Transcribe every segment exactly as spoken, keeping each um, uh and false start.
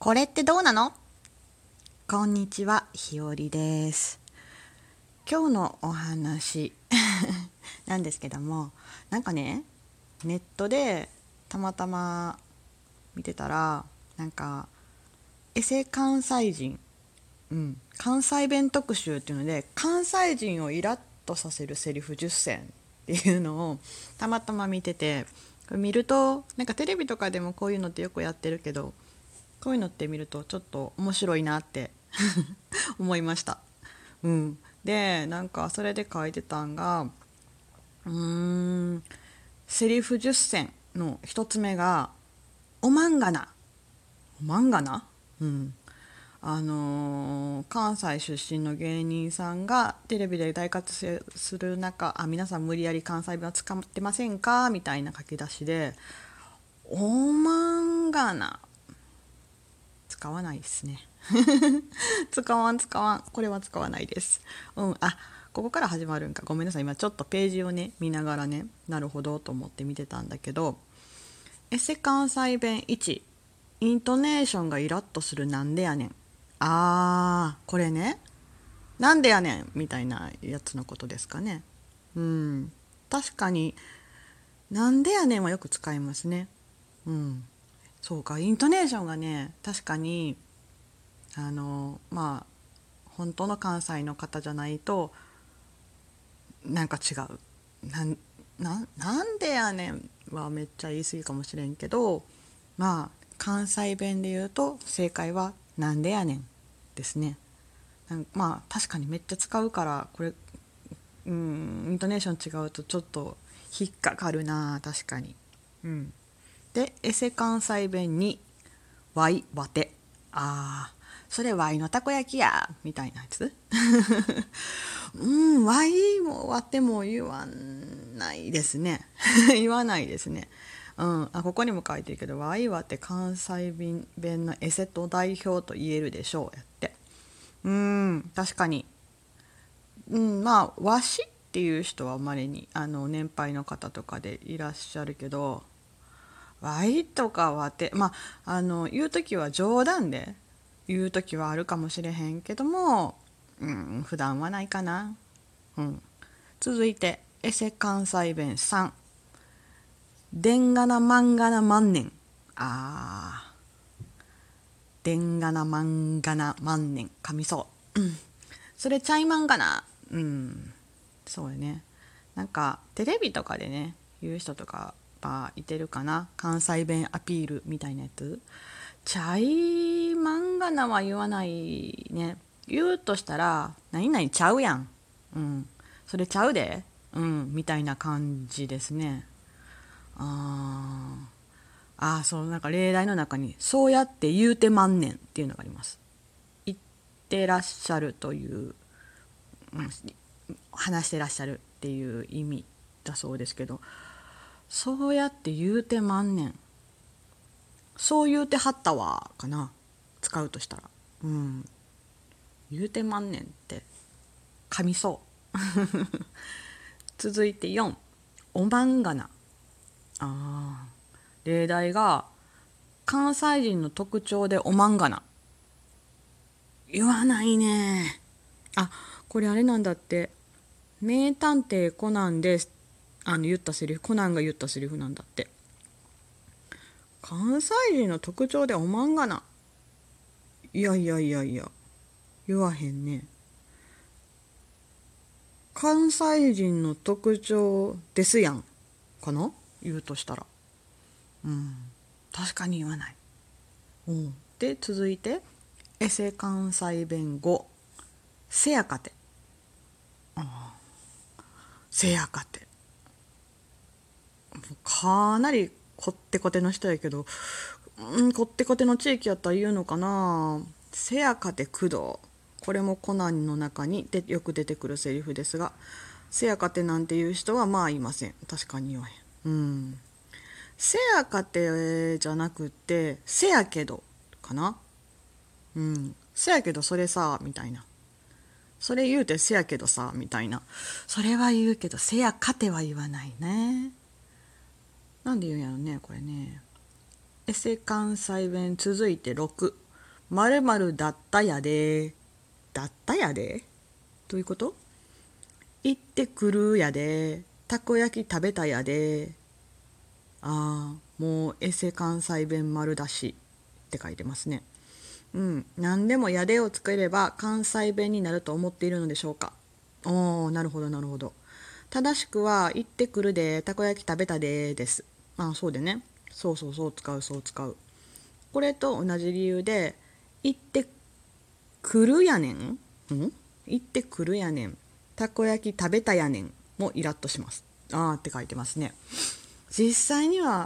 これってどうなの？こんにちは、ひよりです。今日のお話なんですけども、なんかね、ネットでたまたま見てたら、なんかエセ関西人、うん、関西弁特集っていうので、関西人をイラッとさせるセリフじゅっせんっていうのをたまたま見てて、これ見るとなんかテレビとかでもこういうのってよくやってるけど、こういうのって見るとちょっと面白いなって思いました。うん、でなんかそれで書いてたんが、うーんセリフじゅっせんの一つ目が「おまんがな」。おまんがな、うんあのー関西出身の芸人さんがテレビで大活躍する中、あ皆さん無理やり関西弁は使ってませんかみたいな書き出しで、おまんがな使わないですね。使わん使わん、これは使わないです。うんあここから始まるんか、ごめんなさい。今ちょっとページをね見ながらね、なるほどと思って見てたんだけど、エセ関西弁いち、イントネーションがイラッとするなんでやねん。あーこれね、なんでやねんみたいなやつのことですかね。うん確かに、なんでやねんはよく使いますね。うんそうか、イントネーションがね、確かにあのまあ本当の関西の方じゃないとなんか違う。なんななんでやねんはめっちゃ言い過ぎかもしれんけど、まあ関西弁で言うと正解はなんでやねんですね。なんまあ確かにめっちゃ使うから、これうんイントネーション違うとちょっと引っかかるな、確かに。うんでエセ関西弁にわいわて、あーそれわいのたこ焼きやみたいなやつ。うんわいもわても言わないですね。言わないですね。うん、あここにも書いてるけど、わいはって関西弁弁のエセと代表と言えるでしょうやって。うん確かに。うんまあわしっていう人はまれにあの年配の方とかでいらっしゃるけど、わいとかはて、まああの言う時は冗談で言う時はあるかもしれへんけども、うん普段はないかな。うん、続いてエセ関西弁さん、でんがなまんがな万年。あーでんがなまんがな万年噛みそう、うん、それちゃいまんがな。うんそうやね。なんかテレビとかでね言う人とかばいてるかな、関西弁アピールみたいなやつ。ちゃいまんがなは言わないね。言うとしたら何々ちゃうやん、うんそれちゃうで、うんみたいな感じですね。あーあーそう、なんか例題の中に「そうやって言うてまんねん」っていうのがあります。言ってらっしゃるという、うん、話してらっしゃるっていう意味だそうですけど、そうやって言うてまんねん、そう言うてはったわかな、使うとしたら。うん言うてまんねんって噛みそう。続いてよん、おまんがな。あー例題が関西人の特徴でおまんがな。言わないね。あこれあれなんだって、名探偵コナンであの言ったセリフ、コナンが言ったセリフなんだって。関西人の特徴でおまんがな、いやいやいやいや言わへんね。関西人の特徴ですやんかな、言うとしたら。うん確かに言わない。うんで続いてエセ関西弁語、せやかて。せやかてかなりこってこての人やけど、うん、こってこての地域やったら言うのかな。せやかて工藤、これもコナンの中にでよく出てくるセリフですが、せやかてなんていう人はまあいません。確かに言わへん。うんせやかてじゃなくてせやけどかな。うんせやけどそれさみたいな、それ言うてせやけどさみたいな、それは言うけどせやかては言わないね。なんで言うんやろねこれね。エセ関西弁続いてろく、 〇〇だったやで。だったやでどういうこと？行ってくるやで。たこ焼き食べたやで。ああ、もうエセ関西弁丸出しって書いてますね。うん、何でもやでを作れば関西弁になると思っているのでしょうか。おー、なるほどなるほど。正しくは行ってくるで、たこ焼き食べたでです。あ、そうでね。そうそうそう使うそう使う。これと同じ理由で、行ってくるやねん。ん行ってくるやねん。たこ焼き食べたやねんもイラッとします。あーって書いてますね。実際には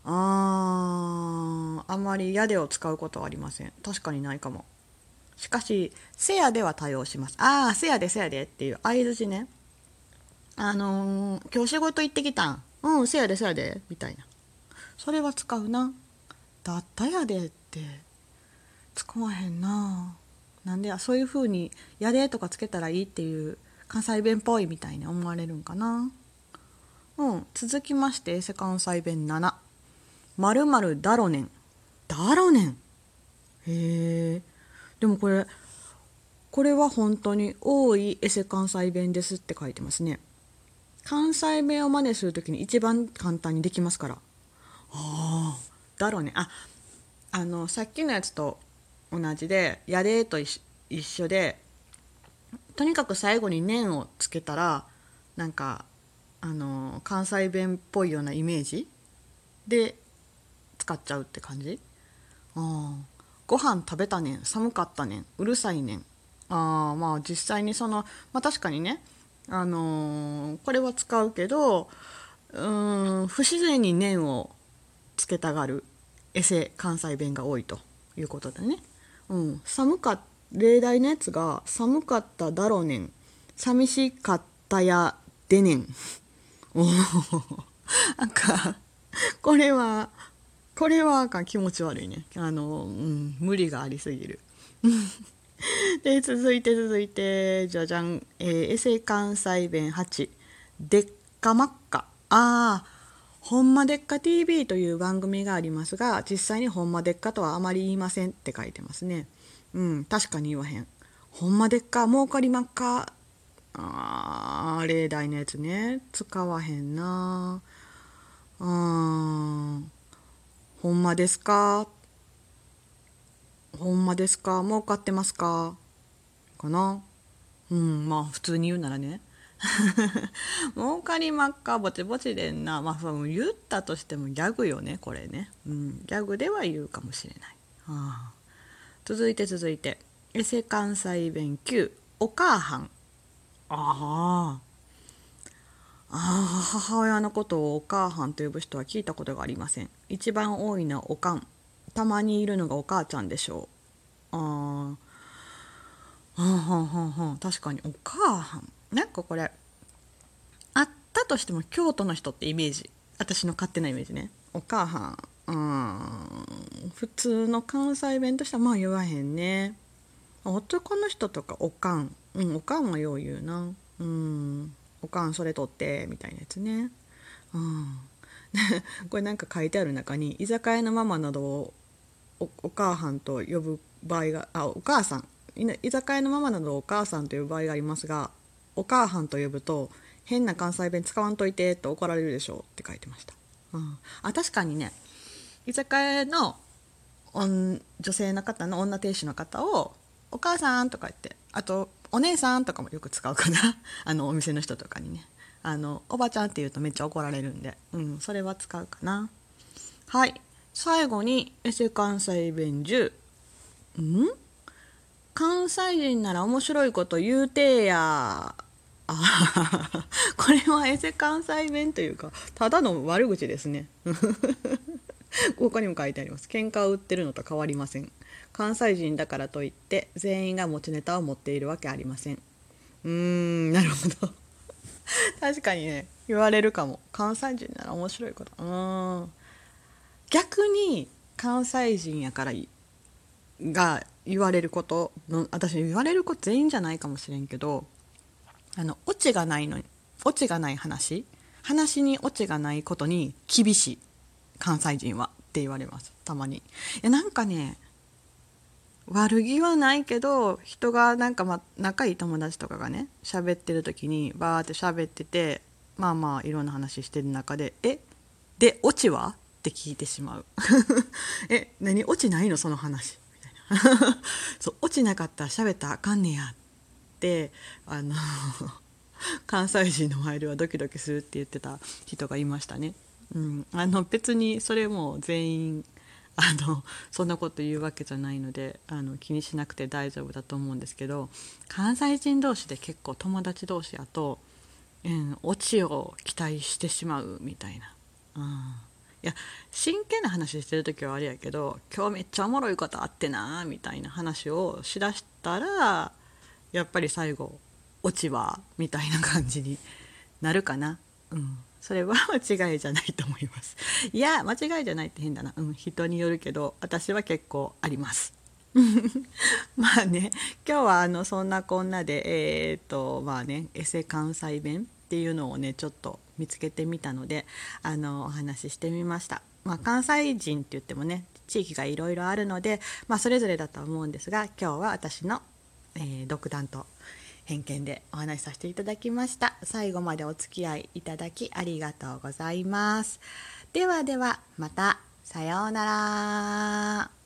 あーあまりやでを使うことはありません。確かにないかも。しかしせやでは多用します。ああせやでせやでっていう相槌ね。あのー、今日仕事行ってきたん、うんせやでせやでみたいな、それは使うな。だったやでって使わへんな。なんでそういう風にやでとかつけたらいいっていう関西弁っぽいみたいに思われるんかな。うん、続きましてセ関西弁なな。まるまるだろねん。だろねん。へえ。でもこれこれは本当に多いエセ関西弁ですって書いてますね。関西弁を真似するときに一番簡単にできますから。ああ、だろうね。あ、あのさっきのやつと同じで、やでーと一緒で、とにかく最後に年をつけたらなんかあの関西弁っぽいようなイメージで使っちゃうって感じ。ああ、ご飯食べたねん、寒かったねん、うるさいねん。ああ、まあ実際にその、まあ確かにね、あのーこれは使うけど、うーん、不自然に念をつけたがるエセ関西弁が多いということでね。うん、寒かっ例題のやつが寒かっただろうねん、寂しかったやでねん。おお、なんかこれはこれはか気持ち悪いね。あの、うん、無理がありすぎる。で続いて続いてじゃじゃん、えー、エセ関西弁はち。でっかまっか。ああ、ほんまでっか ティービー という番組がありますが、実際にほんまでっかとはあまり言いませんって書いてますね。うん、確かに言わへん。ほんまでっか儲かりまっか。あー、例題のやつね、使わへんな。うーん、ほんまですか、ほんまですか儲かってますかかな。うん、まあ普通に言うならね。儲かりまっかぼちぼちでんな。まあその言ったとしてもギャグよねこれね。うん、ギャグでは言うかもしれない。はあ、続いて続いてエセ関西弁きゅう。お母はん。ああ、ああ、母親のことをお母はんと呼ぶ人は聞いたことがありません。一番多いのはおかん。たまにいるのがお母ちゃんでしょう。ああ、はんはんはんはん、確かにお母はん。なんかこれあったとしても京都の人ってイメージ、私の勝手なイメージね。お母はん、うーん、普通の関西弁としてはまあ言わへんね。男の人とかおかん、うん、おかんはよう言うな。うん、おかんそれ取ってみたいなやつね。うん、これなんか書いてある中に居酒屋のママなどを お, お母さんと呼ぶ場合が、あ、お母さん、居酒屋のママなどをお母さんと呼ぶ場合がありますが、お母さんと呼ぶと変な関西弁使わんといてと怒られるでしょうって書いてました。うん、あ、確かにね、居酒屋の女性の方の女亭主の方をお母さんとか言って、あとお姉さんとかもよく使うかな。あのお店の人とかにね、あのおばちゃんって言うとめっちゃ怒られるんで、うん、それは使うかな。はい、最後にエセ関西弁じゅう。ん、関西人なら面白いこと言うてや。あ、これはエセ関西弁というかただの悪口ですね。ここにも書いてあります。喧嘩を売ってるのと変わりません。関西人だからといって全員が持ちネタを持っているわけありません。うーん、なるほど。確かにね、言われるかも。関西人なら面白いこと。うーん。逆に関西人やからが言われることの、私言われること全員じゃないかもしれんけど、あのオチがないのに、オチがない話話にオチがないことに厳しい関西人はって言われます、たまに。いやなんかね、 悪気はないけど、人がなんか、まあ、仲いい友達とかがね喋ってる時にバーって喋ってて、まあまあいろんな話してる中で「えでオチは?」って聞いてしまう。え、何オチないのその話みたいな。そうオチなかったら喋ったらあかんねやって、あの関西人の前ではドキドキするって言ってた人がいましたね。うん、あの別にそれも全員あのそんなこと言うわけじゃないので、あの気にしなくて大丈夫だと思うんですけど、関西人同士で結構友達同士やと、うん、オチを期待してしまうみたいな。うん、いや真剣な話してる時はあれやけど、今日めっちゃおもろいことあってなみたいな話をしだしたら、やっぱり最後オチはみたいな感じになるかな。うん、それは間違いじゃないと思います。いや間違いじゃないって変だな、うん、人によるけど私は結構あります。まあね、今日はあのそんなこんなで、えーっとまあね、エセ関西弁っていうのをねちょっと見つけてみたので、あのお話ししてみました。まあ、関西人って言ってもね地域がいろいろあるので、まあ、それぞれだと思うんですが、今日は私の、えー独断と偏見でお話しさせていただきました。最後までお付き合いいただきありがとうございます。ではではまた、さようなら。